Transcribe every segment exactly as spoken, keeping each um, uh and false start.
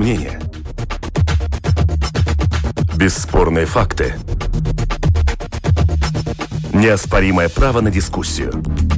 мнение. Бесспорные факты. Неоспоримое право на дискуссию.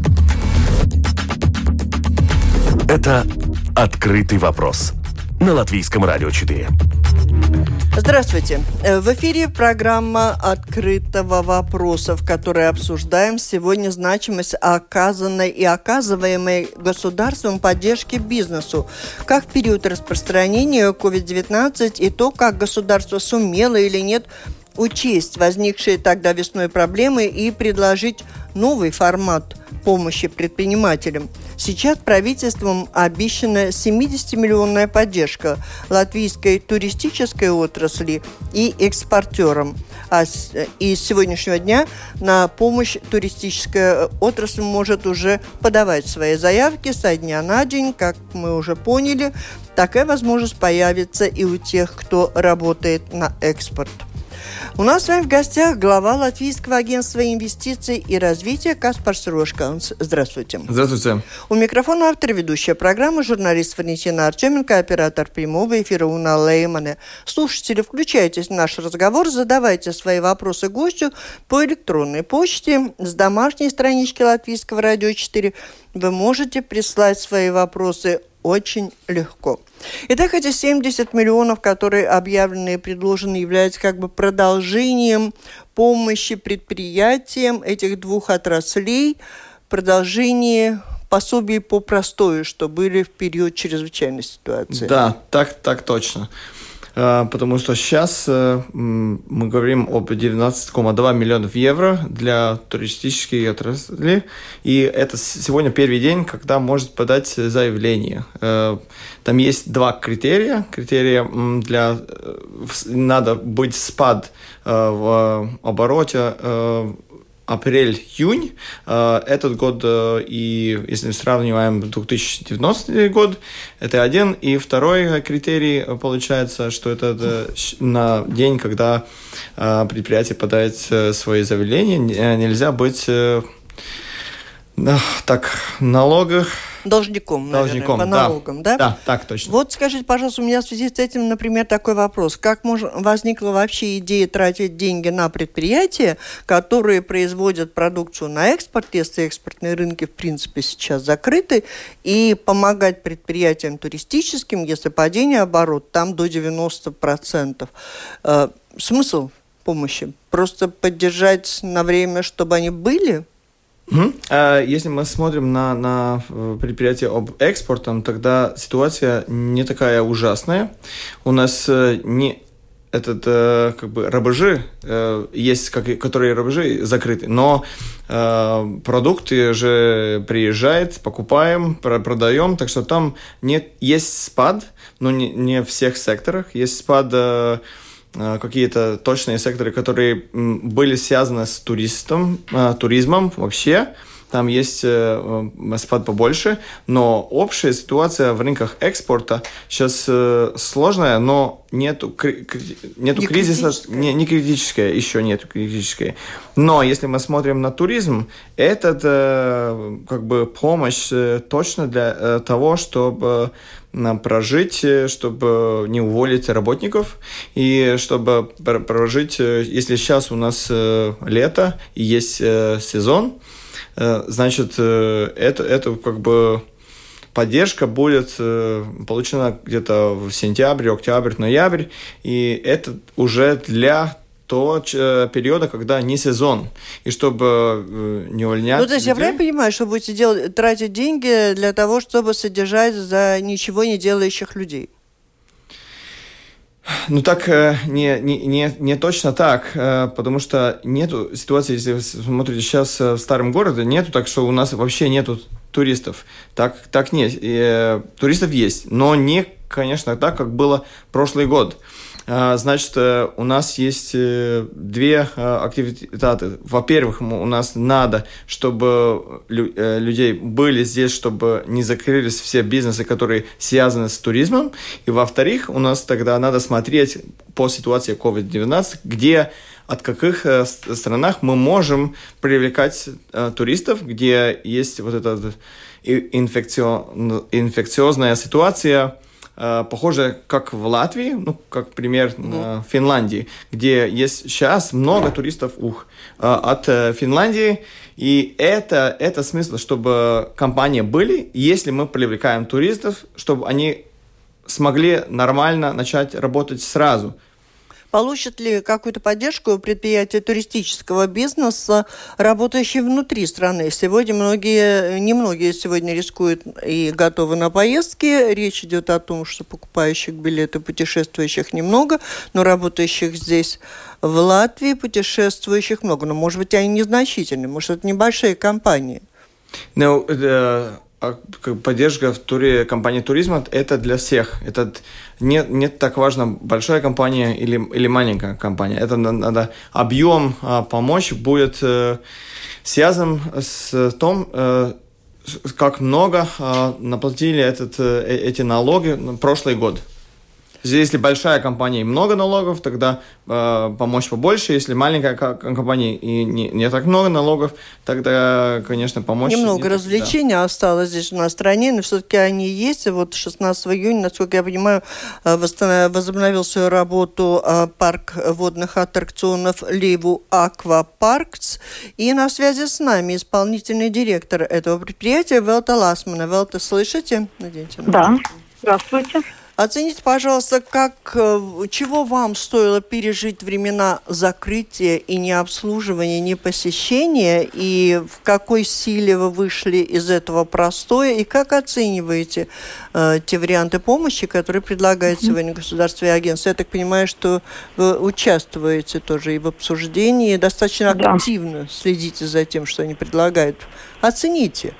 Это «Открытый вопрос» на Латвийском радио четыре. Здравствуйте. В эфире программа «Открытого вопроса», в которой обсуждаем сегодня значимость оказанной и оказываемой государством поддержки бизнесу, как в период распространения ковид девятнадцать и то, как государство сумело или нет учесть возникшие тогда весной проблемы и предложить новый формат помощи предпринимателям. Сейчас правительством обещана семидесятимиллионная поддержка латвийской туристической отрасли и экспортерам. А с, и с сегодняшнего дня на помощь туристическая отрасль может уже подавать свои заявки со дня на день, как мы уже поняли. Такая возможность появится и у тех, кто работает на экспорт. У нас с вами в гостях глава Латвийского агентства инвестиций и развития Каспарс Рошкалns. Здравствуйте. Здравствуйте. У микрофона автор ведущая программы, журналист Валентина Артеменко, оператор прямого эфира Уна Леймане. Слушатели, включайтесь в наш разговор, задавайте свои вопросы гостю по электронной почте с домашней странички Латвийского радио четыре. Вы можете прислать свои вопросы очень легко. Итак, эти семьдесят миллионов, которые объявлены и предложены, являются как бы продолжением помощи предприятиям этих двух отраслей, продолжение пособий по простою, что были в период чрезвычайной ситуации. Да, так, так точно. Потому что сейчас мы говорим об девятнадцать целых два миллиона евро для туристической отрасли, и это сегодня первый день, когда может подать заявление. Там есть два критерия. Критерия для... Надо быть спад в обороте апрель-июнь. Этот год, и если сравниваем две тысячи девятнадцатый год, это один. И второй критерий получается, что это на день, когда предприятие подает свои заявления, нельзя быть так налогах. Должником, наверное, Должником, по налогам, да. да? Да, так точно. Вот скажите, пожалуйста, у меня в связи с этим, например, такой вопрос. Как можно, возникла вообще идея тратить деньги на предприятия, которые производят продукцию на экспорт, если экспортные рынки, в принципе, сейчас закрыты, и помогать предприятиям туристическим, если падение оборота, там до девяносто процентов. Э, смысл помощи? Просто поддержать на время, чтобы они были? Если мы смотрим на, на предприятие об экспорте, тогда ситуация не такая ужасная. У нас не этот как бы рабежи есть, которые рабежи закрыты, но продукты же приезжают, покупаем, продаем, так что там нет, есть спад, но не, не в всех секторах, есть спад. Какие-то точные секторы, которые были связаны с туристом, туризмом вообще. Там есть спад побольше, но общая ситуация в рынках экспорта сейчас сложная, но нету, нету не кризиса, не, не критическая, еще нету критической. Но если мы смотрим на туризм, это как бы помощь точно для того, чтобы прожить, чтобы не уволить работников и чтобы прожить, если сейчас у нас лето и есть сезон, значит, это, это как бы поддержка будет получена где-то в сентябре, октябрь, ноябрь, и это уже для того периода, когда не сезон, и чтобы не увольнять. Ну, то есть людей. Я правильно понимаю, что будете делать, тратить деньги для того, чтобы содержать за ничего не делающих людей? Ну, так не, не, не, не точно так, потому что нету ситуации, если вы смотрите сейчас в старом городе, нету так, что у нас вообще нету туристов. Так, так нет. И, туристов есть, но не, конечно, так, как было прошлый год. Значит, у нас есть две активитеты. Во-первых, у нас надо, чтобы людей были здесь, чтобы не закрылись все бизнесы, которые связаны с туризмом. И во-вторых, у нас тогда надо смотреть по ситуации ковид девятнадцать, где, от каких странах мы можем привлекать туристов, где есть вот эта инфекциозная ситуация, э, похоже, как в Латвии, ну, как пример э, Финляндии, где есть сейчас много туристов ух, э, от э, Финляндии. И это, это смысл, чтобы компании были, если мы привлекаем туристов, чтобы они смогли нормально начать работать сразу. Получат ли какую-то поддержку предприятия туристического бизнеса, работающие внутри страны? Сегодня многие, немногие сегодня рискуют и готовы на поездки. Речь идет о том, что покупающих билеты путешествующих немного, но работающих здесь в Латвии путешествующих много. Но, может быть, они незначительны, может, это небольшие компании. Ну, это... Поддержка в туре, компании туризма – это для всех. Это не, не так важно, большая компания или, или маленькая компания. Это надо, объем а, помочь будет э, связан с том, э, как много э, наплатили этот, э, эти налоги на прошлый год. Если большая компания и много налогов, тогда э, помочь побольше. Если маленькая компания и не, не так много налогов, тогда, конечно, помочь... Немного не развлечений так, да. осталось здесь у нас в стране, но все-таки они есть. И вот шестнадцатого июня, насколько я понимаю, возобновил свою работу парк водных аттракционов Ливу Аквапаркс. И на связи с нами исполнительный директор этого предприятия Велта Ласмана. Велта, слышите? Надеемся, да, здравствуйте. Оцените, пожалуйста, как, чего вам стоило пережить времена закрытия и необслуживания, непосещения, и в какой силе вы вышли из этого простоя, и как оцениваете э, те варианты помощи, которые предлагает сегодня государство и агентство? Я так понимаю, что вы участвуете тоже и в обсуждении, и достаточно да. активно следите за тем, что они предлагают. Оцените.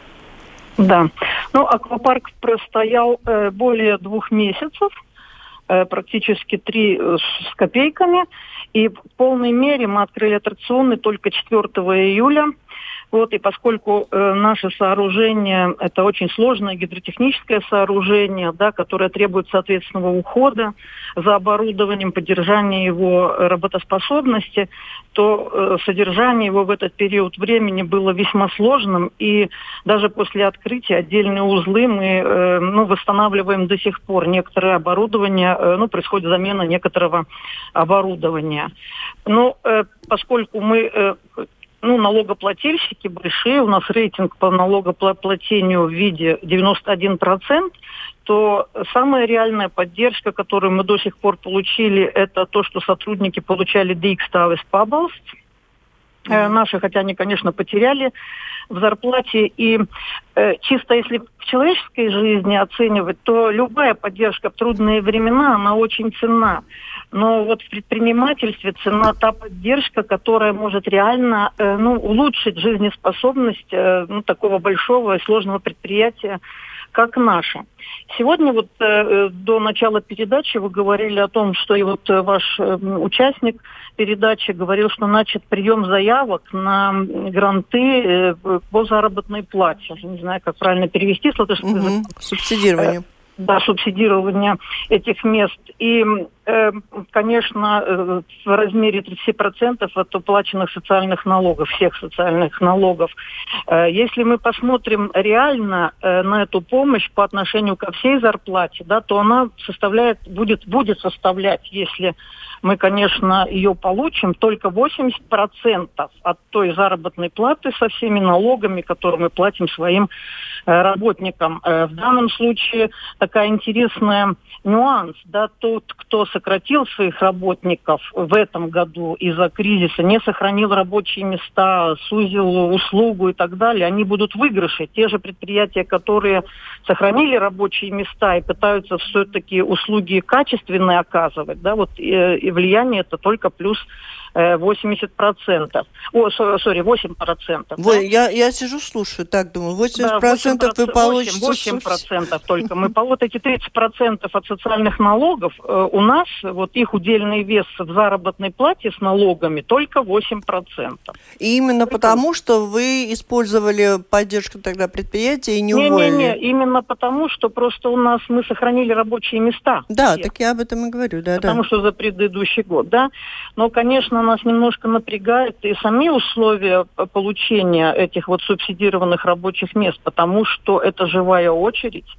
Да. Ну, аквапарк простоял э, более двух месяцев, э, практически три э, с копейками. И в полной мере мы открыли аттракционы только четвёртого июля. Вот, и поскольку э, наше сооружение – это очень сложное гидротехническое сооружение, да, которое требует соответственного ухода за оборудованием, поддержания его работоспособности, то э, содержание его в этот период времени было весьма сложным. И даже после открытия отдельные узлы мы э, ну, восстанавливаем до сих пор. Некоторое оборудование, э, ну, происходит замена некоторого оборудования. Но э, поскольку мы... Э, Ну, налогоплательщики большие, у нас рейтинг по налогоплатению в виде девяносто один процент, то самая реальная поддержка, которую мы до сих пор получили, это то, что сотрудники получали Dīkstāves pabalsts. Mm-hmm. Наши, хотя они, конечно, потеряли в зарплате. И э, чисто если в человеческой жизни оценивать, то любая поддержка в трудные времена, она очень ценна. Но вот в предпринимательстве цена та поддержка, которая может реально э, ну, улучшить жизнеспособность э, ну, такого большого и сложного предприятия, как наше. Сегодня вот э, до начала передачи вы говорили о том, что и вот ваш э, участник передачи говорил, что начат прием заявок на гранты э, по заработной плате. Я не знаю, как правильно перевести с латышского языка. Угу. Субсидирование. Э, да, субсидирование этих мест. И, э, конечно, э, в размере тридцать процентов от уплаченных социальных налогов, всех социальных налогов. Э, если мы посмотрим реально э, на эту помощь по отношению ко всей зарплате, да, то она составляет, будет, будет составлять, если мы, конечно, ее получим, только восемьдесят процентов от той заработной платы со всеми налогами, которые мы платим своим э, работникам. Э, в данном случае такая интересная нюанс, да, тот, кто сократил своих работников в этом году из-за кризиса, не сохранил рабочие места, сузил услугу и так далее, они будут в выигрыше. Те же предприятия, которые сохранили рабочие места и пытаются все-таки услуги качественные оказывать, да, вот и, и влияние это только плюс восемьдесят процентов. О, сори, восемь процентов. Ой, да? я, я сижу, слушаю, так думаю, восемьдесят процентов да, вы получите... восемь процентов только. Мы вот эти тридцать процентов от социальных налогов, у нас вот их удельный вес в заработной плате с налогами только восемь процентов. И именно только... потому, что вы использовали поддержку тогда предприятия и не уволили? Не-не-не, именно потому, что просто у нас мы сохранили рабочие места. Да, всех. Так я об этом и говорю, да, Потому да. что за предыдущий год, да. Но, конечно, нас немножко напрягает и сами условия получения этих вот субсидированных рабочих мест, потому что это живая очередь.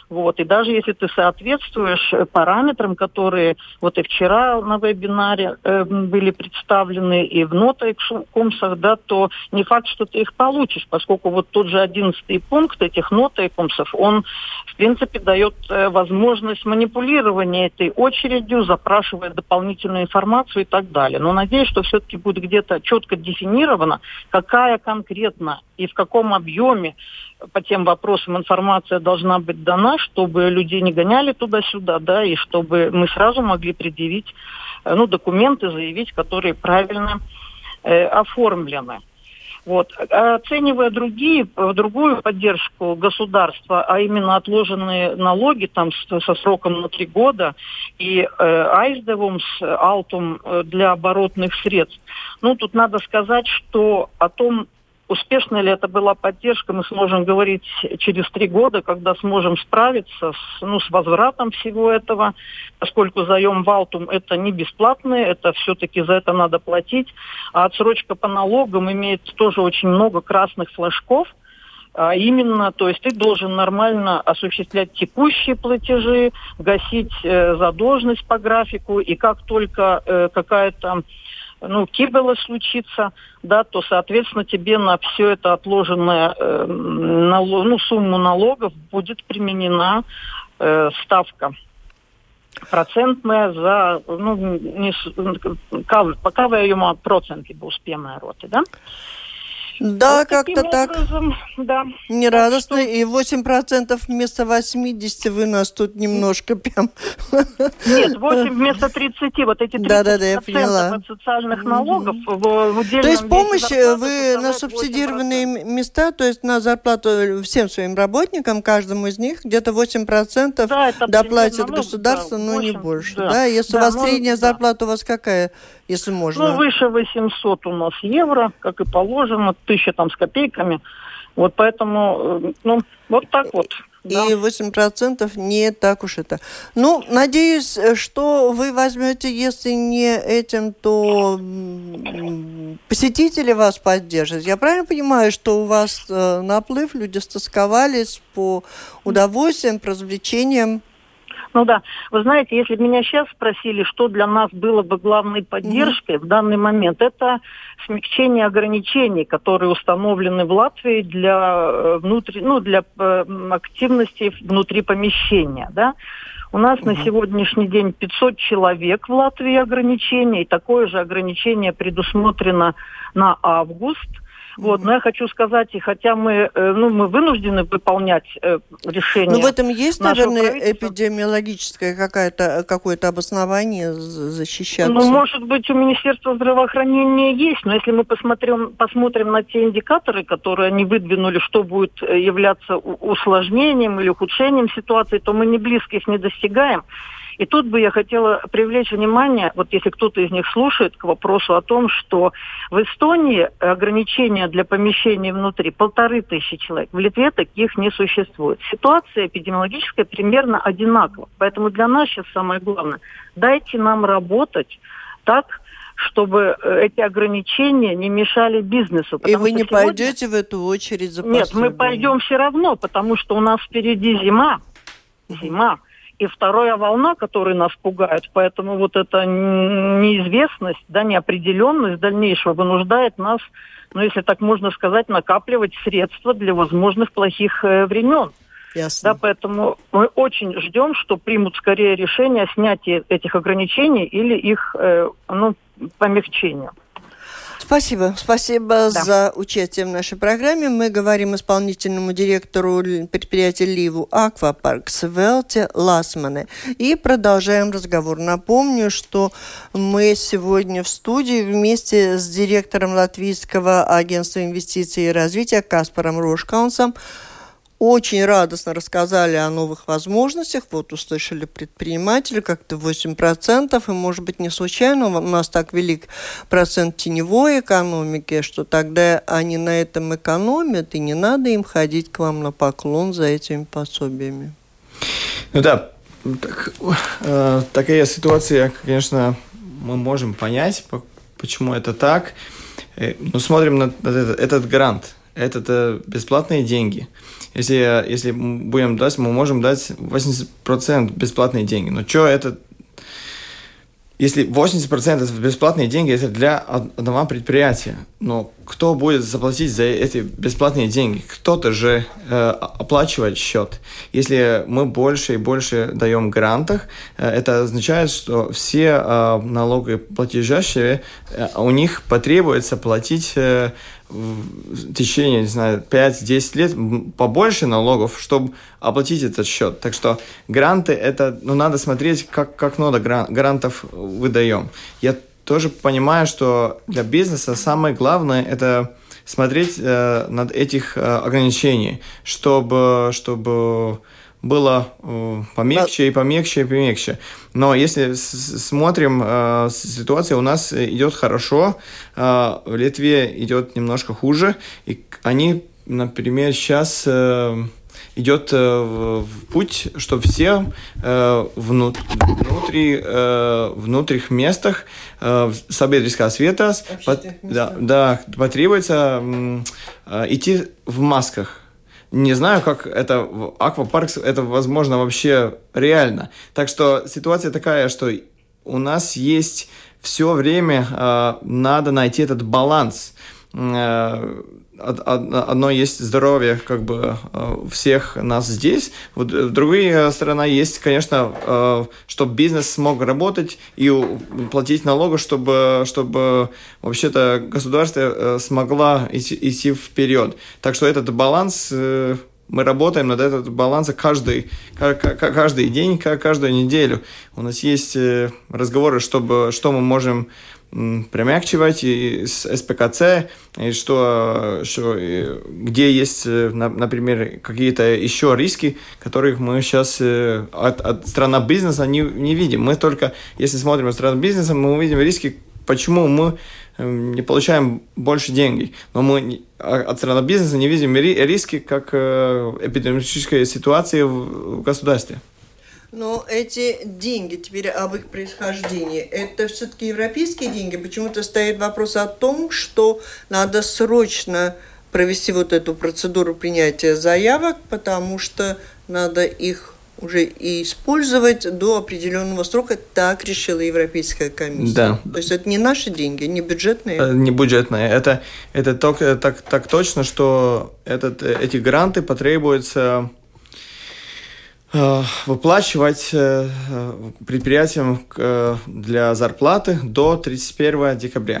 Вот. И даже если ты соответствуешь параметрам, которые вот и вчера на вебинаре э, были представлены, и в нотайкомсах, да, то не факт, что ты их получишь, поскольку вот тот же одиннадцатый пункт этих нотайкомсов, он, в принципе, дает э, возможность манипулирования этой очередью, запрашивая дополнительную информацию и так далее. Но надеюсь, что все-таки будет где-то четко дефинировано, какая конкретно и в каком объеме по тем вопросам информация должна быть дана, чтобы людей не гоняли туда-сюда, да, и чтобы мы сразу могли предъявить, ну, документы, заявить, которые правильно э, оформлены. Вот. Оценивая другие, другую поддержку государства, а именно отложенные налоги там со сроком на три года и айсдевум с алтум для оборотных средств, ну, тут надо сказать, что о том, успешна ли это была поддержка, мы сможем говорить через три года, когда сможем справиться с, ну, с возвратом всего этого, поскольку заем в Алтум это не бесплатное, это все-таки за это надо платить. А отсрочка по налогам имеет тоже очень много красных флажков. А именно, то есть ты должен нормально осуществлять текущие платежи, гасить э, задолженность по графику, и как только э, какая-то ну, кибела случится, да, то, соответственно, тебе на все это отложенное э, налог, ну, сумму налогов будет применена э, ставка процентная за, ну, не, пока вы ее проценты бы успеем роты, да? Да, вот как-то так. Образом, да. Нерадостно. Так что... И восемь процентов вместо восьмидесяти вы нас тут немножко прям... Нет, восемь вместо тридцати. Вот эти тридцать процентов да, да, я поняла. от социальных налогов в, в отдельном То есть помощь зарплаты вы на субсидированные восемь процентов. Места, то есть на зарплату всем своим работникам, каждому из них где-то восемь процентов да, доплатит государство, ну, но не больше. Да. Да? Если да, у вас ну, средняя да. зарплата у вас какая, если можно? Ну, выше восемьсот у нас евро, как и положено, тысяча там с копейками. Вот поэтому, ну, вот так вот. Да. И восемь процентов не так уж это. Ну, надеюсь, что вы возьмете, если не этим, то посетители вас поддержат. Я правильно понимаю, что у вас э, наплыв, люди стосковались по удовольствиям, по развлечениям? Ну да, вы знаете, если бы меня сейчас спросили, что для нас было бы главной поддержкой mm-hmm. в данный момент, это смягчение ограничений, которые установлены в Латвии для, внутри, ну, для активности внутри помещения. Да? У нас mm-hmm. на сегодняшний день пятьсот человек в Латвии ограничения, и такое же ограничение предусмотрено на август. Вот, но я хочу сказать, и хотя мы, ну, мы вынуждены выполнять э, решение. Ну, в этом есть, наверное, эпидемиологическое какое-то, какое-то обоснование защищаться? Ну, может быть, у Министерства здравоохранения есть, но если мы посмотрим, посмотрим на те индикаторы, которые они выдвинули, что будет являться усложнением или ухудшением ситуации, то мы не близко их не достигаем. И тут бы я хотела привлечь внимание, вот если кто-то из них слушает, к вопросу о том, что в Эстонии ограничения для помещений внутри полторы тысячи человек. В Литве таких не существует. Ситуация эпидемиологическая примерно одинакова. Поэтому для нас сейчас самое главное – дайте нам работать так, чтобы эти ограничения не мешали бизнесу. И вы не сегодня... пойдете в эту очередь за пособием? Нет, мы пойдем все равно, потому что у нас впереди зима. Зима. И вторая волна, которая нас пугает, поэтому вот эта неизвестность, да, неопределенность дальнейшего вынуждает нас, ну, если так можно сказать, накапливать средства для возможных плохих э, времен. Ясно. Да, поэтому мы очень ждем, что примут скорее решение о снятии этих ограничений или их э, ну, помягчения. Спасибо. Спасибо да. за участие в нашей программе. Мы говорим исполнительному директору предприятия Ливу Аквапаркс Велте Ласмане. И продолжаем разговор. Напомню, что мы сегодня в студии вместе с директором Латвийского агентства инвестиций и развития Каспаром Рошкаунсом очень радостно рассказали о новых возможностях. Вот услышали предприниматели, как-то восемь процентов, и, может быть, не случайно у нас так велик процент теневой экономики, что тогда они на этом экономят, и не надо им ходить к вам на поклон за этими пособиями. Ну да, так, э, такая ситуация, конечно, мы можем понять, почему это так. Э, но смотрим на этот, этот грант. это, это бесплатные деньги. Если, если будем дать, мы можем дать восемьдесят процентов бесплатные деньги. Но что это? Если восемьдесят процентов бесплатные деньги, это для одного предприятия. Но кто будет заплатить за эти бесплатные деньги? Кто-то же э, оплачивает счет. Если мы больше и больше даем грантах, э, это означает, что все э, налогоплательщики, э, у них потребуется платить э, в течение, не знаю, пять-десять лет побольше налогов, чтобы оплатить этот счет. Так что гранты, это, ну, надо смотреть, как, как много грантов выдаем. Я тоже понимаю, что для бизнеса самое главное – это смотреть э, над этих э, ограничений, чтобы, чтобы было э, помягче и помягче и помягче. Но если с- смотрим, э, ситуация у нас идет хорошо, э, в Литве идет немножко хуже, и они, например, сейчас э, идет э, в, в путь, что все э, внут, внутри, э, внутренних местах э, собедрическая света по, да, да, потребуется э, идти в масках. Не знаю, как это в аквапарк, это возможно вообще реально. Так что ситуация такая, что у нас есть все время, э, надо найти этот баланс. Э, одно есть здоровье как бы всех нас здесь, вот другая сторона есть, конечно, чтобы бизнес смог работать и платить налоги, чтобы, чтобы вообще-то государство смогло идти, идти вперед. Так что этот баланс, мы работаем над этим балансом каждый, каждый день, каждую неделю. У нас есть разговоры, чтобы, что мы можем промягчивать и с эс пэ ка цэ, и что, что, где есть, например, какие-то еще риски, которых мы сейчас от, от страны бизнеса не, не видим. Мы только, если смотрим на страну бизнеса, мы увидим риски, почему мы не получаем больше денег. Но мы от страны бизнеса не видим риски, как эпидемиологическая ситуация в государстве. Но эти деньги, теперь об их происхождении, это все-таки европейские деньги? Почему-то стоит вопрос о том, что надо срочно провести вот эту процедуру принятия заявок, потому что надо их уже и использовать до определенного срока. Так решила Европейская комиссия. Да. То есть это не наши деньги, не бюджетные? Не бюджетные. Это, это так, так, так точно, что этот, эти гранты потребуются выплачивать предприятиям для зарплаты до тридцать первого декабря.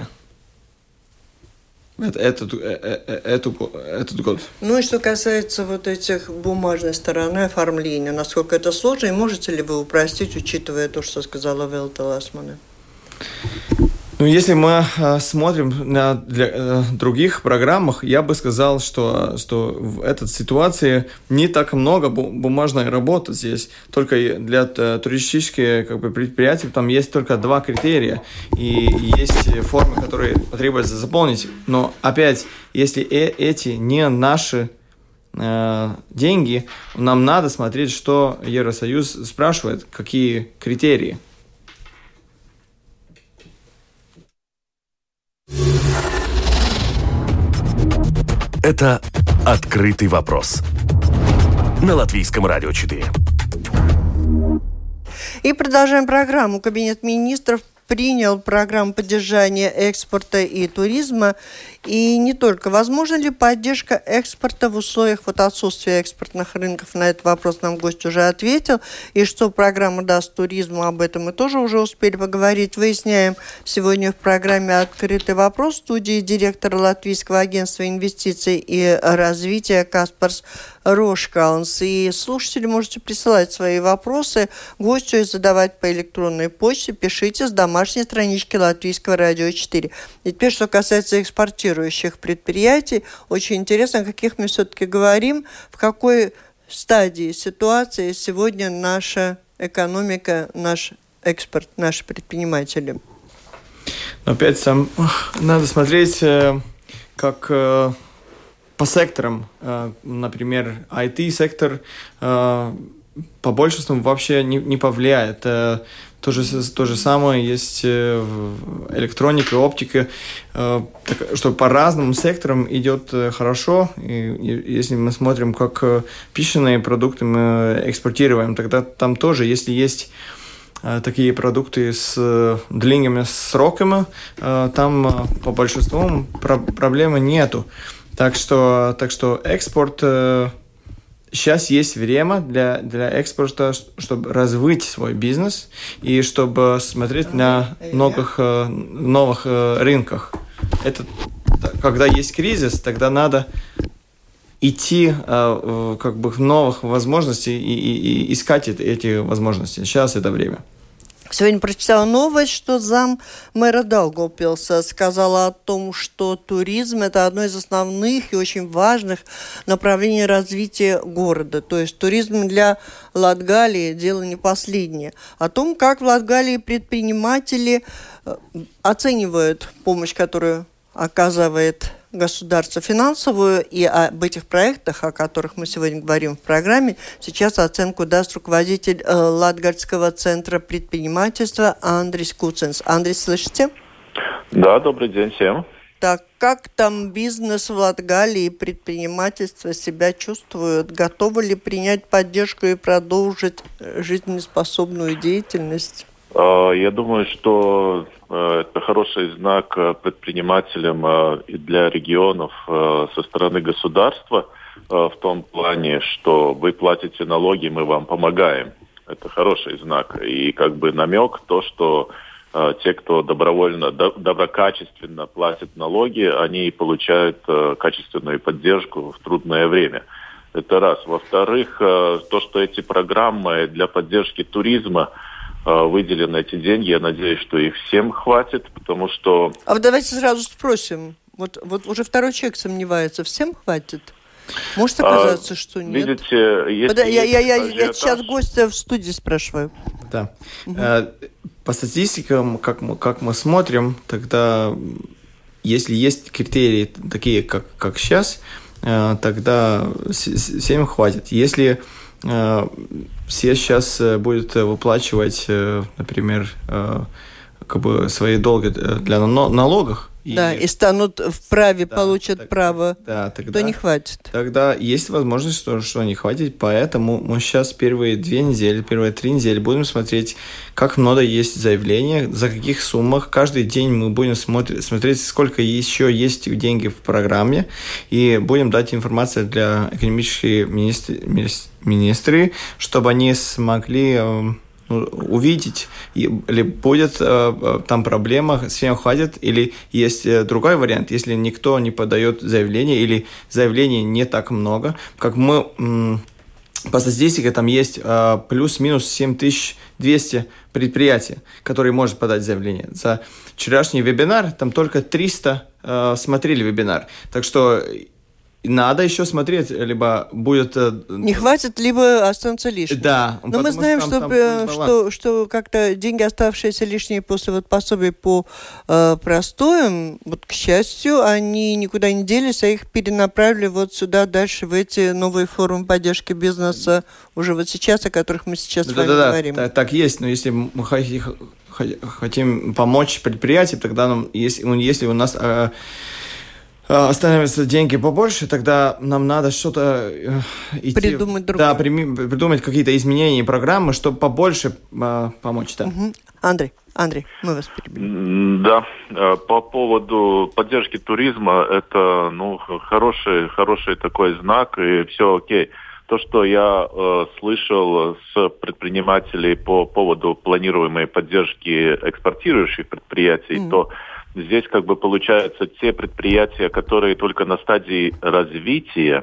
Этот, этот, этот год. Ну и что касается вот этих бумажной стороны оформления, насколько это сложно, и можете ли вы упростить, учитывая то, что сказала Велта Ласмане? Ну, если мы э, смотрим на для, э, других программах, я бы сказал, что, что в этой ситуации не так много бу- бумажной работы здесь. Только для э, туристических как бы, предприятий там есть только два критерия. И есть формы, которые потребуется заполнить. Но опять, если э- эти не наши э, деньги, нам надо смотреть, что Евросоюз спрашивает, какие критерии. Это «Открытый вопрос» на Латвийском радио четыре. И продолжаем программу. Кабинет министров принял программу поддержания экспорта и туризма. И не только. Возможно ли поддержка экспорта в условиях вот отсутствия экспортных рынков? На этот вопрос нам гость уже ответил. И что программа даст туризму, об этом мы тоже уже успели поговорить. Выясняем сегодня в программе «Открытый вопрос» в студии директора Латвийского агентства инвестиций и развития Каспарс Рошкаунс. И слушатели можете присылать свои вопросы гостю и задавать по электронной почте. Пишите с домашней странички Латвийского радио четыре. И теперь, что касается экспортирующих предприятий, очень интересно, о каких мы все-таки говорим, в какой стадии ситуации сегодня наша экономика, наш экспорт, наши предприниматели. Опять сам надо смотреть, как по секторам, например, ай ти-сектор по большинству вообще не, не повлияет. То же, то же самое есть в электронике, оптике, что по разным секторам идет хорошо. И если мы смотрим, как пищевые продукты мы экспортируем, тогда там тоже, если есть такие продукты с длинными сроками, там по большинству проблемы нету. Так что, так что экспорт... Сейчас есть время для, для экспорта, чтобы развить свой бизнес и чтобы смотреть на многих новых рынках. Это, когда есть кризис, тогда надо идти как бы в новых возможностей и, и, и искать эти возможности. Сейчас это время. Сегодня прочитала новость, что зам мэра Даугавпилса сказала о том, что туризм – это одно из основных и очень важных направлений развития города. То есть туризм для Латгалии – дело не последнее. О том, как в Латгалии предприниматели оценивают помощь, которую оказывает государство финансовую, и об этих проектах, о которых мы сегодня говорим в программе, сейчас оценку даст руководитель э, Латгальского центра предпринимательства Андрис Куценс. Андрис, слышите? Да, добрый день всем. Так, как там бизнес в Латгалии и предпринимательство себя чувствуют? Готовы ли принять поддержку и продолжить жизнеспособную деятельность? Я думаю, что это хороший знак предпринимателям и для регионов со стороны государства в том плане, что вы платите налоги, мы вам помогаем. Это хороший знак. И как бы намек то, что те, кто добровольно, доброкачественно платят налоги, они получают качественную поддержку в трудное время. Это раз. Во-вторых, то, что эти программы для поддержки туризма выделены эти деньги, я надеюсь, что их всем хватит, потому что... А вот давайте сразу спросим. Вот, вот уже второй человек сомневается, всем хватит? Может оказаться, а, что нет? Видите, если Пода, я, я, я, ажиотаж... я сейчас гостя в студии спрашиваю. Да. Угу. По статистикам, как мы, как мы смотрим, тогда, если есть критерии такие, как, как сейчас, тогда всем хватит. Если все сейчас будут выплачивать, например, как бы свои долги для налогов. Да, и, и станут вправе, да, получат так, право, да, тогда, то не хватит. Тогда есть возможность, что, что не хватит, поэтому мы сейчас первые две недели, первые три недели будем смотреть, как много есть заявлений, за каких суммах. Каждый день мы будем смотреть, смотреть сколько еще есть деньги в программе, и будем дать информацию для экономических министров, чтобы они смогли... увидеть, или будет э, там проблема, всем хватит, или есть другой вариант, если никто не подает заявление, или заявлений не так много, как мы м, по статистике там есть э, плюс-минус семь тысяч двести предприятий, которые могут подать заявление. За вчерашний вебинар там только триста э, смотрели вебинар, так что надо еще смотреть, либо будет... Не хватит, либо останутся лишние. Да. Но мы знаем, там, что, там что, что как-то деньги, оставшиеся лишние после вот пособий по э, простоям, вот, к счастью, они никуда не делись, а их перенаправили вот сюда дальше, в эти новые формы поддержки бизнеса, уже вот сейчас, о которых мы сейчас да, с вами да, говорим. Да, так есть, но если мы хотим помочь предприятиям, тогда нам, если, если у нас... останавливаются деньги побольше, тогда нам надо что-то э, идти, придумать другое. Да, при, придумать какие-то изменения программы, чтобы побольше э, помочь. Да. Угу. Андрей, Андрей, мы вас перебили. Да, по поводу поддержки туризма, это ну, хороший, хороший такой знак, и все окей. То, что я э, слышал с предпринимателей по поводу планируемой поддержки экспортирующих предприятий, mm. то здесь как бы получается те предприятия, которые только на стадии развития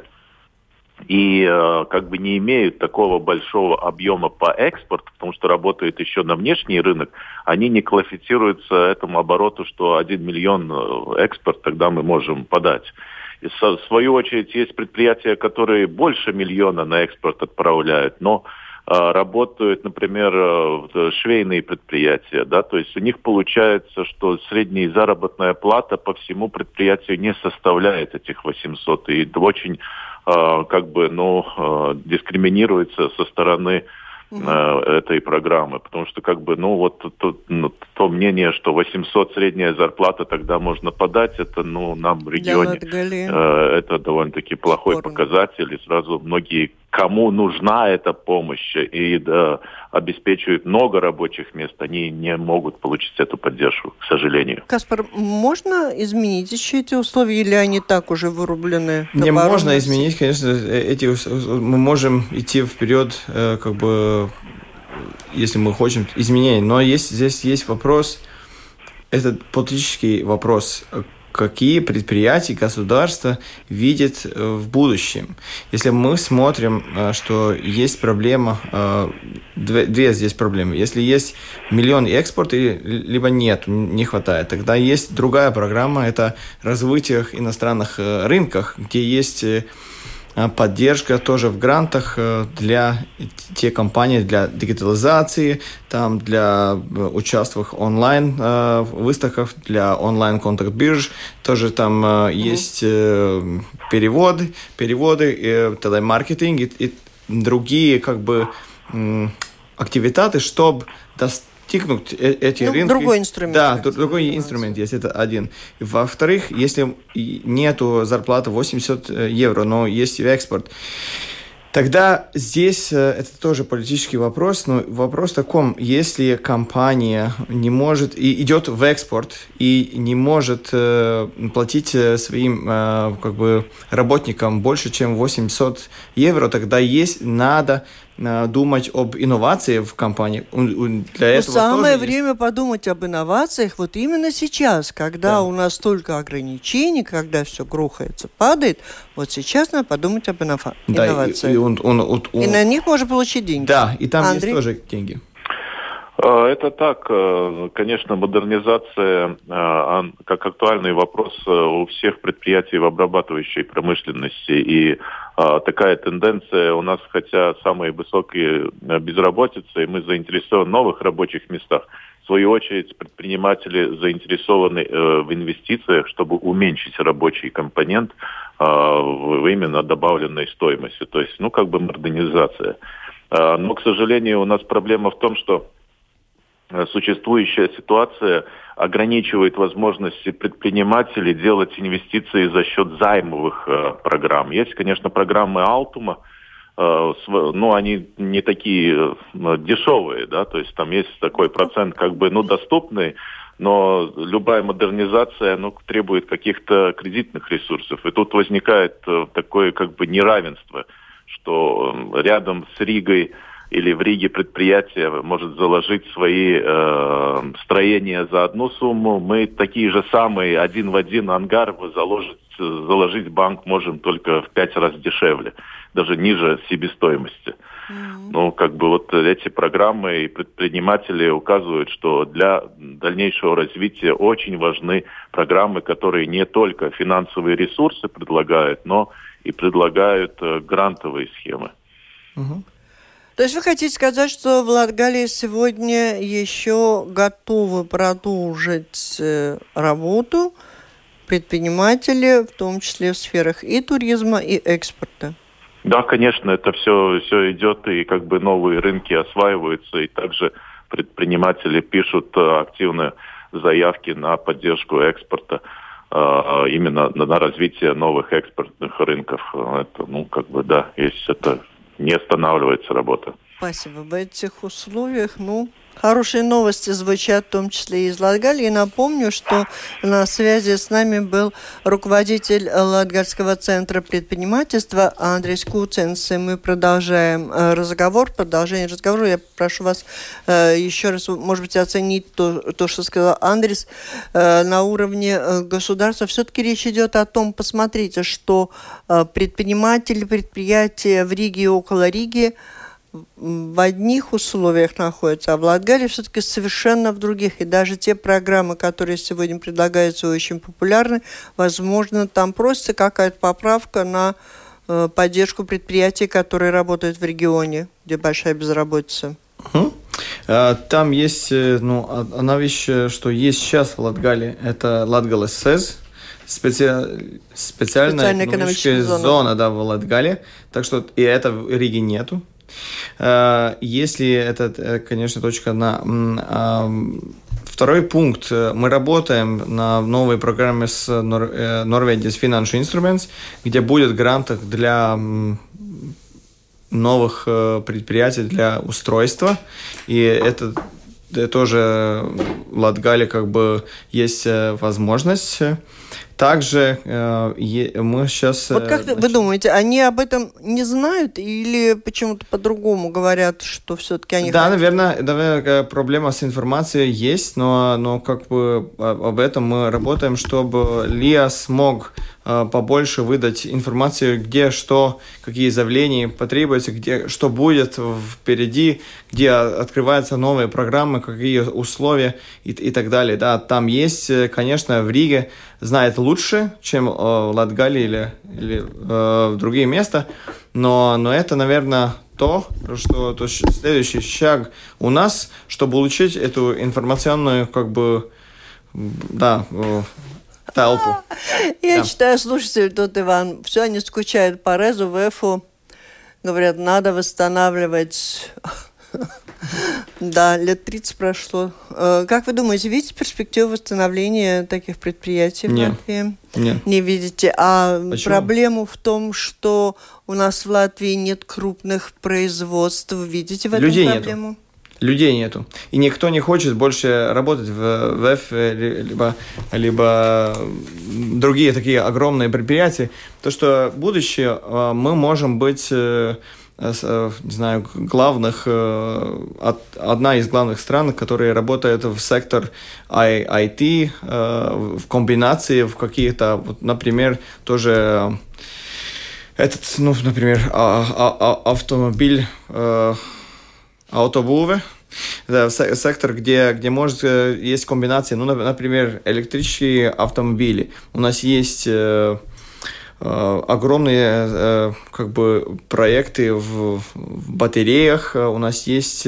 и э, как бы не имеют такого большого объема по экспорту, потому что работают еще на внешний рынок, они не квалифицируются этому обороту, что один миллион экспорт тогда мы можем подать. И в свою очередь есть предприятия, которые больше миллиона на экспорт отправляют, но работают, например, швейные предприятия, да, то есть у них получается, что средняя заработная плата по всему предприятию не составляет этих восемьсот, и очень, как бы, ну, дискриминируется со стороны uh-huh. этой программы. Потому что, как бы, ну, вот то, ну, то мнение, что восемьсот средняя зарплата тогда можно подать, это, ну, нам в регионе э, это довольно-таки плохой Спорно. показатель. И сразу многие, кому нужна эта помощь и да, обеспечивают много рабочих мест, они не могут получить эту поддержку, к сожалению. Каспар, можно изменить еще эти условия, или они так уже вырублены? Не можно изменить, конечно, эти мы можем идти вперед, как бы, если мы хотим изменений. Но есть, здесь есть вопрос, это политический вопрос. Какие предприятия, государства видят в будущем? Если мы смотрим, что есть проблема, две, две здесь проблемы. Если есть миллион экспорт, либо нет, не хватает, тогда есть другая программа, это развитие иностранных рынков, где есть поддержка тоже в грантах для те компании, для дигитализации, там для участия в онлайн выставках, для онлайн контакт-бирж, тоже там mm-hmm. есть переводы, переводы, телемаркетинг и, и другие как бы активитеты, чтобы достать тикнуть эти ну, рынки. Другой инструмент. Да, другой инструмент есть, это один. Во-вторых, если нету зарплаты восемьдесят евро, но есть экспорт, тогда здесь это тоже политический вопрос, но вопрос в таком, если компания не может, и идет в экспорт, и не может э, платить своим э, как бы работникам больше, чем восемьсот евро, тогда есть, надо думать об инновации в компании. Для этого самое тоже время есть... подумать об инновациях вот именно сейчас, когда да. у нас столько ограничений, когда все грохается, падает. Вот сейчас надо подумать об иннова... да, инновациях. И, и, он, он, он, он... и на них можно получить деньги. Да, и там Андрей? есть тоже деньги. Это так, конечно, модернизация как актуальный вопрос у всех предприятий в обрабатывающей промышленности. И такая тенденция у нас, хотя самые высокие безработицы, и мы заинтересованы в новых рабочих местах. В свою очередь, предприниматели заинтересованы в инвестициях, чтобы уменьшить рабочий компонент в именно добавленной стоимости. То есть, ну, как бы модернизация. Но, к сожалению, у нас проблема в том, что существующая ситуация ограничивает возможности предпринимателей делать инвестиции за счет займовых э, программ. Есть, конечно, программы Алтума, э, св- но они не такие э, дешевые, да, то есть там есть такой процент, как бы, ну, доступный, но любая модернизация, ну, требует каких-то кредитных ресурсов. И тут возникает э, такое, как бы, неравенство, что э, рядом с Ригой или в Риге предприятие может заложить свои э, строения за одну сумму. Мы такие же самые один в один ангар заложить, заложить банк можем только в пять раз дешевле, даже ниже себестоимости. Mm-hmm. Ну, как бы вот эти программы и предприниматели указывают, что для дальнейшего развития очень важны программы, которые не только финансовые ресурсы предлагают, но и предлагают э, грантовые схемы. Mm-hmm. То есть вы хотите сказать, что в Латгалии сегодня еще готовы продолжить работу предприниматели, в том числе в сферах и туризма, и экспорта? Да, конечно, это все, все идет, и как бы новые рынки осваиваются, и также предприниматели пишут активно заявки на поддержку экспорта, именно на развитие новых экспортных рынков. Это, ну, как бы, да, есть это... не останавливается работа. Спасибо. В этих условиях, ну, хорошие новости звучат, в том числе и из Латгалии. Напомню, что на связи с нами был руководитель Латгальского центра предпринимательства Андрис Куценс. И мы продолжаем разговор. Продолжение разговора. Я прошу вас э, еще раз, может быть, оценить то, то, что сказал Андрис. Э, на уровне государства все-таки речь идет о том, посмотрите, что э, предприниматели, предприятия в Риге и около Риги в одних условиях находятся, а в Латгалии все-таки совершенно в других. И даже те программы, которые сегодня предлагаются, очень популярны, возможно, там просится какая-то поправка на э, поддержку предприятий, которые работают в регионе, где большая безработица. Угу. Там есть, ну, одна вещь, что есть сейчас в Латгалии, это Латгал СС, специ... специальная, специальная экономическая зона, зона да, в Латгалии, так что и это в Риге нету. Если это, конечно, точка на... Второй пункт. Мы работаем на новой программе с Norwegian Financial Instruments, где будет грант для новых предприятий для устройства. И это тоже в Латгалии как бы есть возможность. Также э, мы сейчас... Вот как значит... вы думаете, они об этом не знают или почему-то по-другому говорят, что все-таки они... Да, хотят? наверное, наверное, проблема с информацией есть, но, но как бы об этом мы работаем, чтобы ЛИА смог э, побольше выдать информацию, где что, какие заявления потребуются, где что будет впереди, где открываются новые программы, какие условия и, и так далее. Да, там есть, конечно, в Риге знает лучше, чем э, в Латгалии или, или э, в другие места, но, но это, наверное, то, что то следующий шаг у нас, чтобы получить эту информационную, как бы, да, э, толпу. Я да. читаю слушатель тут, Иван, все они скучают по РЭЗу, ВЭФу, говорят, надо восстанавливать... Да, лет тридцать прошло. Как вы думаете, видите перспективу восстановления таких предприятий в Нет. Латвии? Нет. Не видите. А Почему? Проблему в том, что у нас в Латвии нет крупных производств. Видите в этом Людей проблему? Нету. Людей нету. И никто не хочет больше работать в ВЭФ, либо, либо другие такие огромные предприятия. То, что в будущем мы можем быть... не знаю, главных, одна из главных стран, которые работают в сектор ай ти, в комбинации в каких-то, вот, например, тоже этот, ну, например, автомобиль, автобуве, да, сектор, где, где может есть комбинации, ну, например, электрические автомобили. У нас есть огромные как бы проекты в, в батареях. У нас есть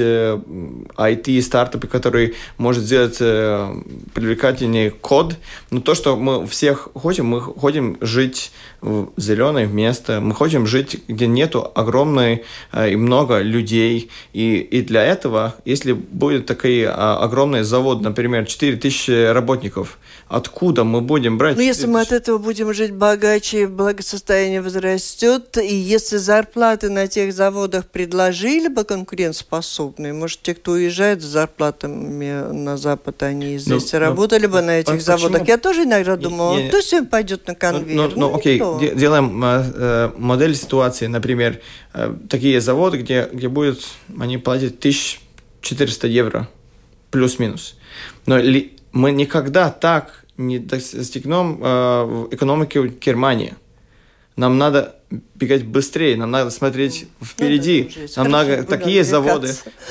ай ти-стартапы, которые могут сделать привлекательный код. Но то, что мы всех хотим, мы хотим жить в зеленое место, мы хотим жить, где нету огромной и много людей. И, и для этого, если будет такой огромный завод, например, четыре тысячи работников, откуда мы будем брать? Ну, если мы от этого будем жить богаче, благосостояние возрастет, и если зарплаты на тех заводах предложили бы конкурентоспособные, может, те, кто уезжает с зарплатами на Запад, они здесь ну, работали ну, бы на этих почему? заводах. Я тоже иногда думала, кто сегодня пойдет на конвейер? Ну, ну, ну окей, де- делаем э, модель ситуации, например, э, такие заводы, где, где будут, они платят тысяча четыреста евро, плюс-минус. Но ли, мы никогда так не достигнем э, в экономике Германии. Нам надо бегать быстрее, нам надо смотреть впереди. Ну, да, нам надо такие заводы.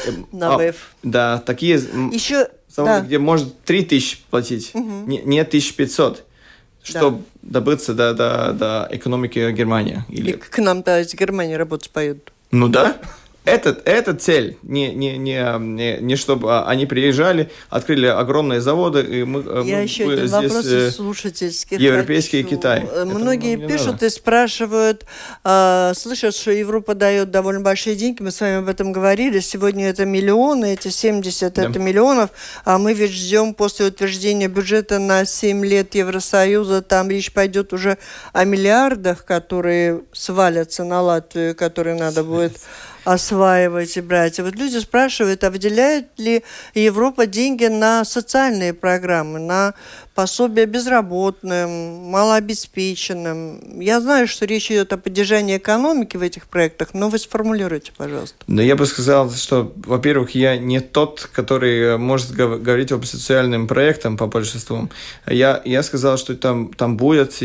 На ВЭФ. А, да, такие Еще, заводы, да. где может три тысячи платить, угу. не, не тысяча пятьсот, чтобы да. добыться до, до, до экономики Германии. Или... И к нам-то из Германии работать поедут. Ну да. Это, это цель, не, не, не, не, не чтобы они приезжали, открыли огромные заводы, и мы, Я мы еще один здесь вопрос из слушательских европейский хочу. Китай. Многие пишут и спрашивают, э, слышат, что Европа дает довольно большие деньги, мы с вами об этом говорили, сегодня это миллионы, эти семьдесят да. это миллионов, а мы ведь ждем после утверждения бюджета на семь лет Евросоюза, там речь пойдет уже о миллиардах, которые свалятся на Латвию, которые надо будет... осваивать и брать. И вот люди спрашивают, а выделяет ли Европа деньги на социальные программы, на пособия безработным, малообеспеченным? Я знаю, что речь идет о поддержании экономики в этих проектах, но вы сформулируйте, пожалуйста. Да, я бы сказал, что, во-первых, я не тот, который может говорить об социальным проектам по большинству. Я, я сказал, что там, там будут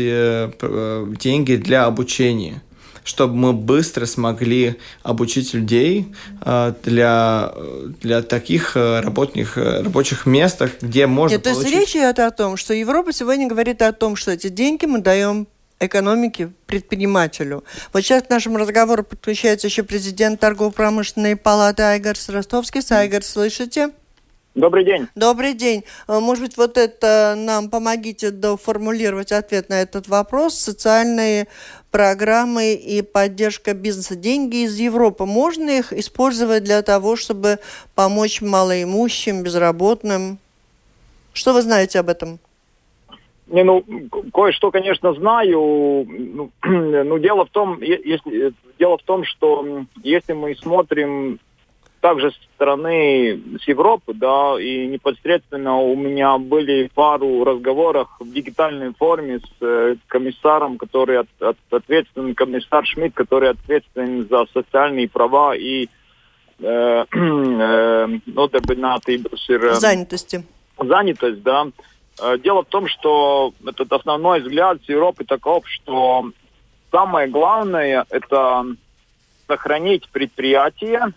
деньги для обучения, чтобы мы быстро смогли обучить людей э, для, для таких работных, рабочих мест, где можно Нет, получить... То есть речь идет о том, что Европа сегодня говорит о том, что эти деньги мы даем экономике, предпринимателю. Вот сейчас к нашему разговору подключается еще президент торгово-промышленной палаты Айгарс Ростовский. Айгарс, слышите? Добрый день. Добрый день. Может быть, вот это нам помогите доформулировать ответ на этот вопрос. Социальные программы и поддержка бизнеса. Деньги из Европы, можно их использовать для того, чтобы помочь малоимущим, безработным? Что вы знаете об этом? Не, ну, кое-что, конечно, знаю. Ну, ну, дело в том, если, дело в том, что если мы смотрим также со стороны с Европы, да, и непосредственно у меня были пару разговоров в дигитальной форме с э, комиссаром, который от, от, ответственный, комиссар Шмидт, который ответственен за социальные права и э, э, занятости. Занятость, да. Дело в том, что этот основной взгляд с Европы таков, что самое главное – это сохранить предприятия,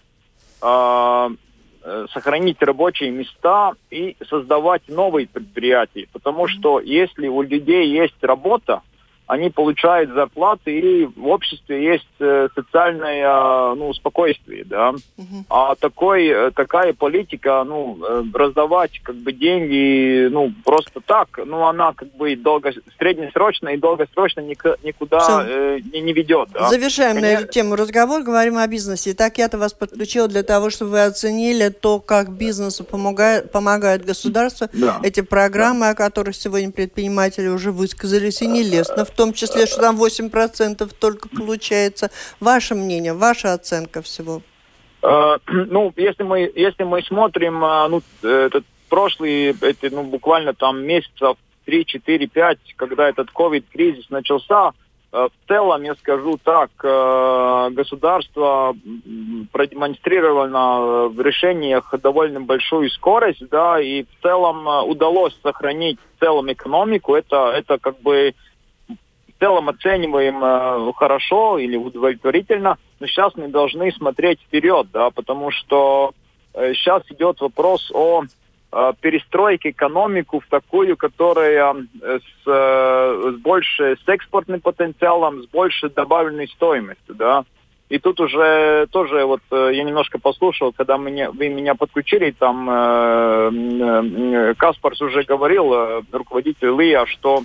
сохранить рабочие места и создавать новые предприятия. Потому что если у людей есть работа, они получают зарплаты, и в обществе есть э, социальное ну, спокойствие, да. Uh-huh. А такой, такая политика, ну, раздавать как бы деньги, ну, просто так, ну, она как бы долго, среднесрочно и долгосрочно никуда э, не, не ведет, да. Завершаем Конечно... на эту тему разговор, говорим о бизнесе. Итак, я-то вас подключила для того, чтобы вы оценили то, как бизнесу помогает, помогает государство. Да. Эти программы, да. о которых сегодня предприниматели уже высказались, и нелестно в В том числе, что там восемь процентов только получается. Ваше мнение, ваша оценка всего? Uh, ну, если мы, если мы смотрим, uh, ну, этот прошлый, эти, ну, буквально там месяцев три, четыре, пять, когда этот ковид-кризис начался, uh, в целом, я скажу так, uh, государство продемонстрировало в решениях довольно большую скорость, да, и в целом uh, удалось сохранить в целом экономику. Это, это как бы в целом оцениваем э, хорошо или удовлетворительно, но сейчас мы должны смотреть вперед, да, потому что э, сейчас идет вопрос о э, перестройке экономику в такую, которая э, с, э, с больше с экспортным потенциалом, с большей добавленной стоимостью, да. И тут уже тоже вот э, я немножко послушал, когда мне, вы меня подключили, там э, э, Каспарс уже говорил, э, руководитель ЛИА, что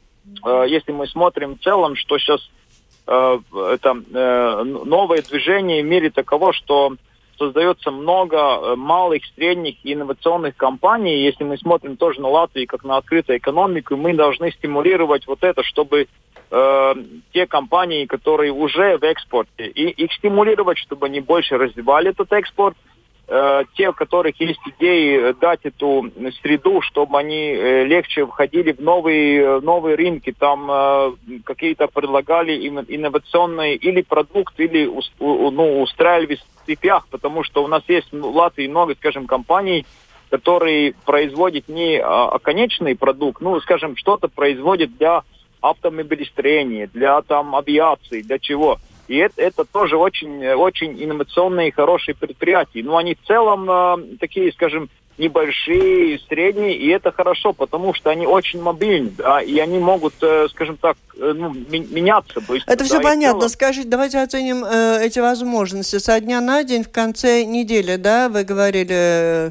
если мы смотрим в целом, что сейчас э, это э, новое движение в мире таково, что создается много малых, средних и инновационных компаний. Если мы смотрим тоже на Латвию как на открытую экономику, мы должны стимулировать вот это, чтобы э, те компании, которые уже в экспорте, и их стимулировать, чтобы они больше развивали этот экспорт. Те, у которых есть идеи дать эту среду, чтобы они легче входили в новые, новые рынки, там э, какие-то предлагали инновационные или продукты, или ну, устраивались в цепях, потому что у нас есть в Латвии много, скажем, компаний, которые производят не а, конечный продукт, ну, скажем, что-то производят для автомобилестроения, для там авиации, для чего. И это, это тоже очень, очень инновационные и хорошие предприятия. Но они в целом э, такие, скажем, небольшие, средние, и это хорошо, потому что они очень мобильны, да, и они могут, э, скажем так, э, ну, меняться быстро. Это все да, понятно. целом... Скажите, давайте оценим э, эти возможности. Со дня на день, в конце недели, да, вы говорили, э,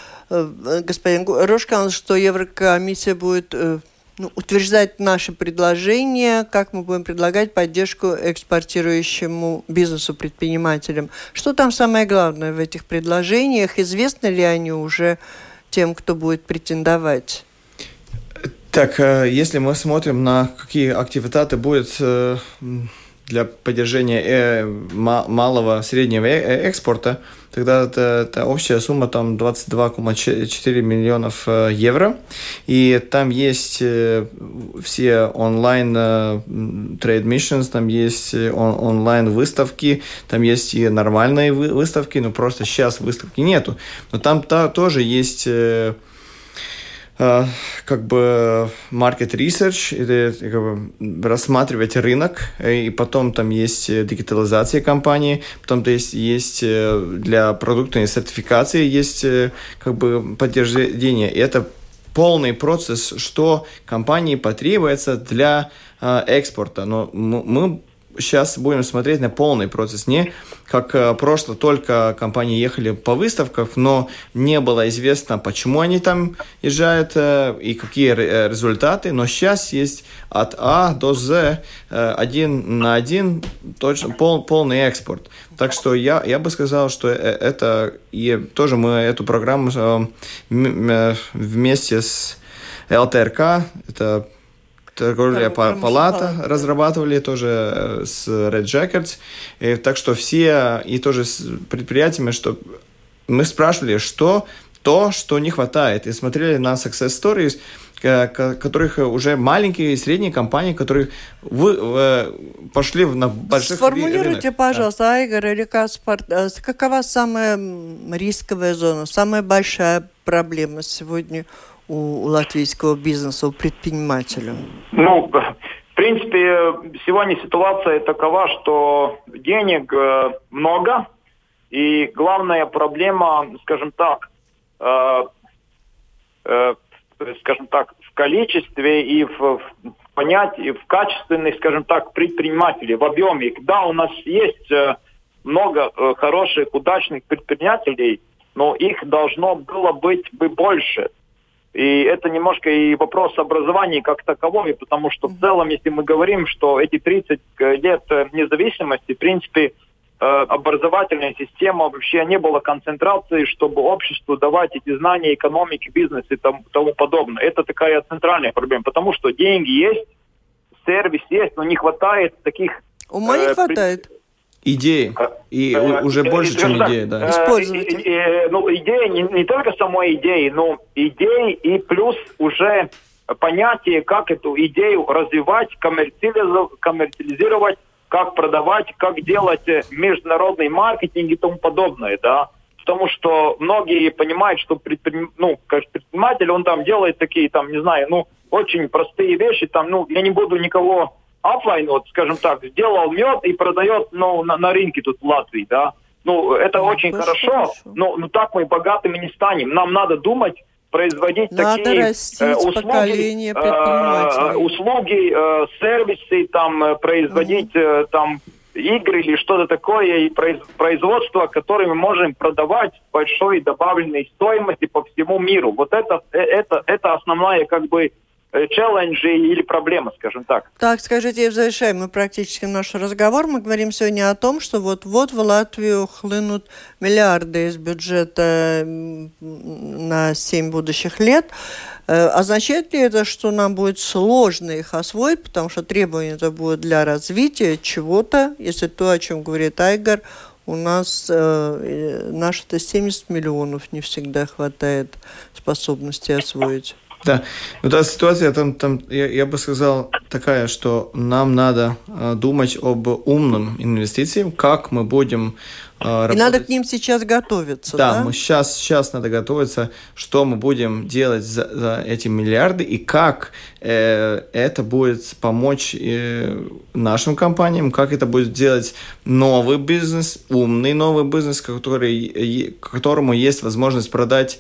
э, господин Рошкан, что Еврокомиссия будет... Э, Ну, утверждать наши предложения, как мы будем предлагать поддержку экспортирующему бизнесу, предпринимателям. Что там самое главное в этих предложениях? Известны ли они уже тем, кто будет претендовать? Так, если мы смотрим на какие активитаты будут для поддержания малого, среднего экспорта, тогда это, это общая сумма там двадцать два целых четыре миллионов евро. И там есть все онлайн trade missions, там есть он, онлайн выставки, там есть и нормальные выставки, но просто сейчас выставки нету. Но там та, тоже есть... как бы market research, это как бы рассматривать рынок, и потом там есть дигитализация компании, потом то есть, есть для продуктной сертификации есть как бы подтверждение. И это полный процесс, что компании потребуется для экспорта. Но мы сейчас будем смотреть на полный процесс. Не как э, прошлое, только компании ехали по выставкам, но не было известно, почему они там езжают э, и какие э, результаты. Но сейчас есть от А до З э, один на один точно пол, полный экспорт. Так что я, я бы сказал, что это и тоже мы эту программу э, вместе с эл тэ эр ка, это торговая палата, разрабатывали тоже с Red Jackets. И, так что все, и тоже с предприятиями, что мы спрашивали, что то, что не хватает. И смотрели на success stories, которых уже маленькие и средние компании, которые вы, пошли на больших рынках. Сформулируйте, пожалуйста, да. Айгор или Каспар, какова самая рисковая зона, самая большая проблема сегодня у латвийского бизнеса, у предпринимателя? Ну, в принципе, сегодня ситуация такова, что денег много, и главная проблема, скажем так, э, э, скажем так, в количестве и в, в понятии, в качественных, скажем так, предпринимателей, в объеме. Когда у нас есть э, много э, хороших, удачных предпринимателей, но их должно было быть бы больше. И это немножко и вопрос образования как такового, потому что в целом, если мы говорим, что эти тридцать лет независимости, в принципе, образовательная система, вообще не было концентрации, чтобы обществу давать эти знания экономики, бизнеса и тому, тому подобное. Это такая центральная проблема, потому что деньги есть, сервис есть, но не хватает таких... Ума не хватает. Идеи. И э, уже э, больше, э, чем идеи, да. Использовать. Э, э, ну, идеи, не, не только самой идеи, но идеи и плюс уже понятие, как эту идею развивать, коммерциализовать, коммерциализировать, как продавать, как делать международный маркетинг и тому подобное, да. Потому что многие понимают, что предприним... ну, как предприниматель, он там делает такие, там, не знаю, ну, очень простые вещи, там, ну, я не буду никого... офлайн, вот, скажем так, сделал мед и продает, ну, на, на рынке тут в Латвии, да. Ну, это ну, очень хорошо, хорошо. Но, но так мы богатыми не станем. Нам надо думать, производить надо такие э, услуги, э, услуги, э, сервисы, там, э, производить mm-hmm. э, там игры или что-то такое, и произ, производство, которое мы можем продавать с большой добавленной стоимости по всему миру. Вот это, это, это основная, как бы, челленджи или проблема, скажем так. Так, скажите, завершаем мы практически наш разговор. Мы говорим сегодня о том, что вот-вот в Латвию хлынут миллиарды из бюджета на семь будущих лет. Означает ли это, что нам будет сложно их освоить, потому что требования это будут для развития чего-то, если то, о чем говорит Айгор, у нас э, наши-то семьдесят миллионов не всегда хватает способности освоить? Да, вот эта ситуация, там, там, я, я бы сказал, такая, что нам надо э, думать об умном инвестиции, как мы будем э, работать. И надо к ним сейчас готовиться, да? Да, мы сейчас, сейчас надо готовиться, что мы будем делать за, за эти миллиарды и как э, это будет помочь э, нашим компаниям, как это будет делать новый бизнес, умный новый бизнес, который, которому есть возможность продать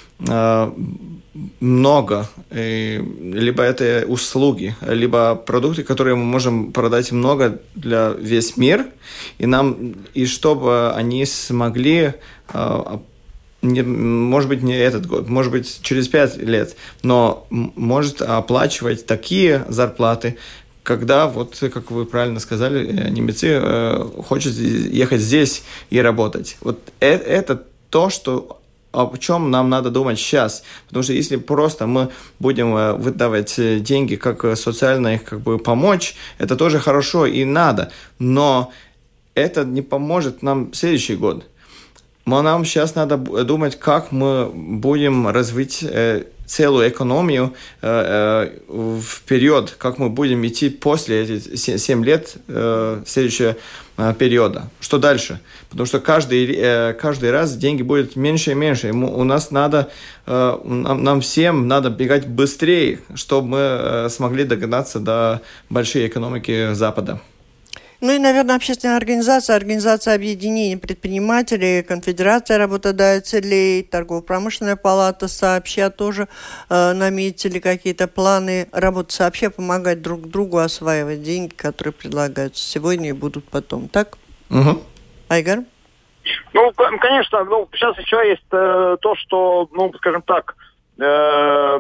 много, либо это услуги, либо продукты, которые мы можем продать много для весь мир, и нам, и чтобы они смогли, не, может быть, не этот год, может быть, через пять лет, но может оплачивать такие зарплаты, когда, вот, как вы правильно сказали, немцы э, хотят ехать здесь и работать. Вот это, это то, что о чем нам надо думать сейчас. Потому что если просто мы будем выдавать деньги, как социально их как бы помочь, это тоже хорошо и надо. Но это не поможет нам в следующий год. Но нам сейчас надо думать, как мы будем развить э, целую экономию э, э, вперед, как мы будем идти после этих семь лет э, следующего э, периода. Что дальше? Потому что каждый, э, каждый раз деньги будут меньше и меньше. У нас надо, э, нам, нам всем надо бегать быстрее, чтобы мы э, смогли догнаться до большой экономики Запада. Ну и, наверное, общественная организация, организация объединения предпринимателей, конфедерация работодателей, торгово-промышленная палата сообща тоже э, наметили какие-то планы работы сообща, помогать друг другу осваивать деньги, которые предлагаются сегодня и будут потом. Так? Угу. Айгар? Ну, конечно, ну, сейчас еще есть э, то, что, ну, скажем так, э,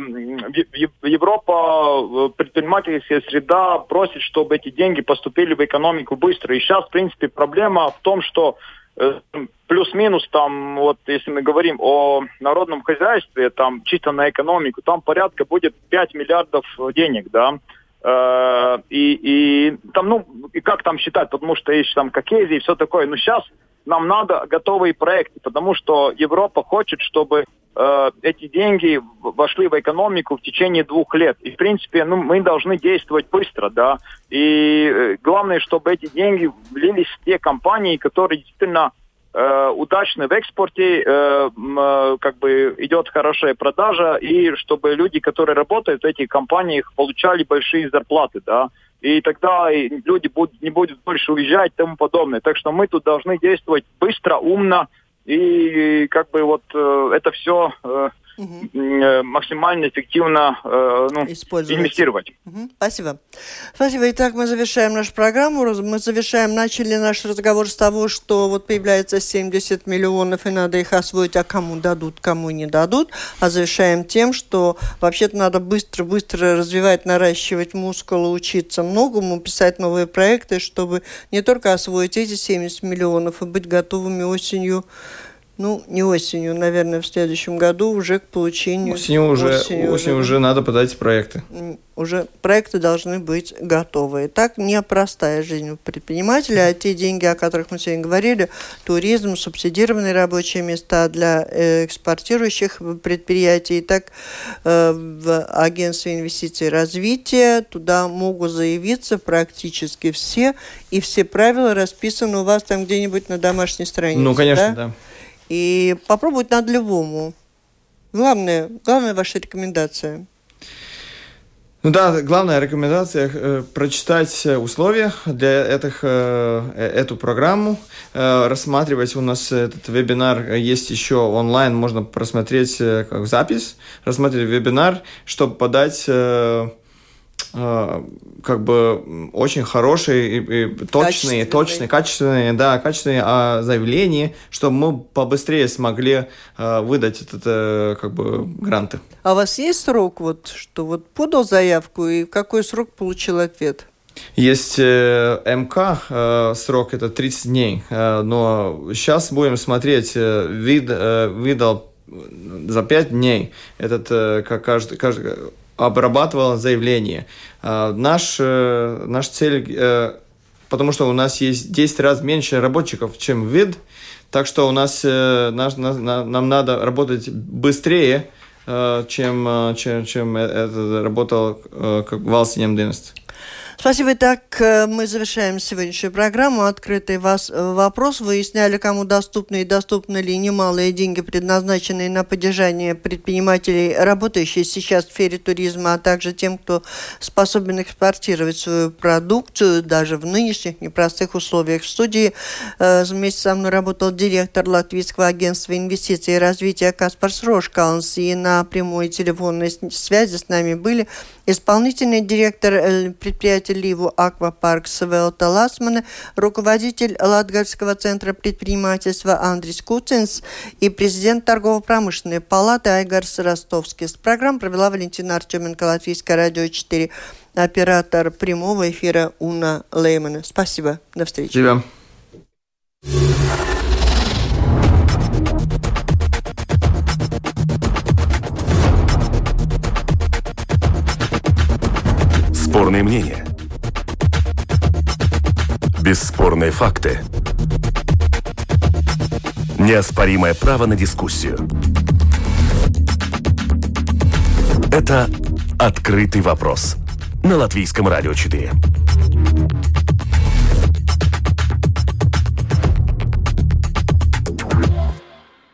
Европа, предпринимательская среда просит, чтобы эти деньги поступили в экономику быстро. И сейчас, в принципе, проблема в том, что э, плюс-минус, там, вот, если мы говорим о народном хозяйстве, там, чисто на экономику, там порядка будет пять миллиардов денег, да. Э, и, и там, ну, и как там считать, потому что есть там кокезия и все такое. Но сейчас нам надо готовые проекты, потому что Европа хочет, чтобы э, эти деньги вошли в экономику в течение двух лет. И, в принципе, ну, мы должны действовать быстро, да. И э, главное, чтобы эти деньги влились в те компании, которые действительно э, удачны в экспорте, э, э, как бы идет хорошая продажа, и чтобы люди, которые работают в этих компаниях, получали большие зарплаты, да. И тогда люди будут, не будут больше уезжать и тому подобное. Так что мы тут должны действовать быстро, умно и как бы вот э, это все э, угу. э, максимально эффективно э, ну, инвестировать. Угу. Спасибо. Спасибо. Итак, мы завершаем нашу программу. Мы завершаем, начали наш разговор с того, что вот появляется семьдесят миллионов, и надо их освоить, а кому дадут, кому не дадут. А завершаем тем, что вообще-то надо быстро-быстро развивать, наращивать мускулы, учиться многому, писать новые проекты, чтобы не только освоить эти семьдесят миллионов, и быть готовыми осенью. Ну, не осенью, наверное, в следующем году уже к получению... Осенью уже, осенью осенью уже, уже надо подать проекты. Уже проекты должны быть готовы. Так, непростая жизнь у предпринимателя, а те деньги, о которых мы сегодня говорили, туризм, субсидированные рабочие места для э, экспортирующих предприятий, так э, в агентстве инвестиций и развития, туда могут заявиться практически все, и все правила расписаны у вас там где-нибудь на домашней странице. Ну, конечно, да. да. И попробовать надо любому. Главное, главная ваша рекомендация. Ну да, главная рекомендация э, прочитать условия для этих, э, эту программу, э, рассматривать. У нас этот вебинар есть еще онлайн, можно просмотреть э, как запись, рассмотреть вебинар, чтобы подать э, э, как бы очень хорошие, и, и точные, точные, качественные, да, качественные а, заявления, чтобы мы побыстрее смогли э, выдать этот, э, как бы гранты. А у вас есть срок, вот, что вот подал заявку, и в какой срок получил ответ? Есть э, МК, э, срок это тридцать дней, э, но сейчас будем смотреть, э, вид, э, выдал за пять дней, этот, э, как каждый, каждый обрабатывал заявление. Э, наш, э, наш цель, э, потому что у нас есть десять раз меньше работников, чем вид, так что у нас, э, наш, на, нам надо работать быстрее, чем, чем, чем это работал как Valsts ņemdienas. Спасибо. Итак, мы завершаем сегодняшнюю программу. Открытый вас вопрос. Выясняли, кому доступны и доступны ли немалые деньги, предназначенные на поддержание предпринимателей, работающих сейчас в сфере туризма, а также тем, кто способен экспортировать свою продукцию даже в нынешних непростых условиях. В студии вместе со мной работал директор Латвийского агентства инвестиций и развития Каспарс Рошкалнс. И на прямой телефонной связи с нами были исполнительный директор предприятия Ливу Аквапаркс Велта Ласмане, руководитель Латгальского центра предпринимательства Андрис Куцинс и президент торгово-промышленной палаты Айгарс Ростовскис. Программу провела Валентина Артеменко, Латвийское радио четыре, оператор прямого эфира Уна Леймана. Спасибо. До встречи. Спасибо. Спорные мнения. Бесспорные факты. Неоспоримое право на дискуссию. Это «Открытый вопрос» на Латвийском радио четыре.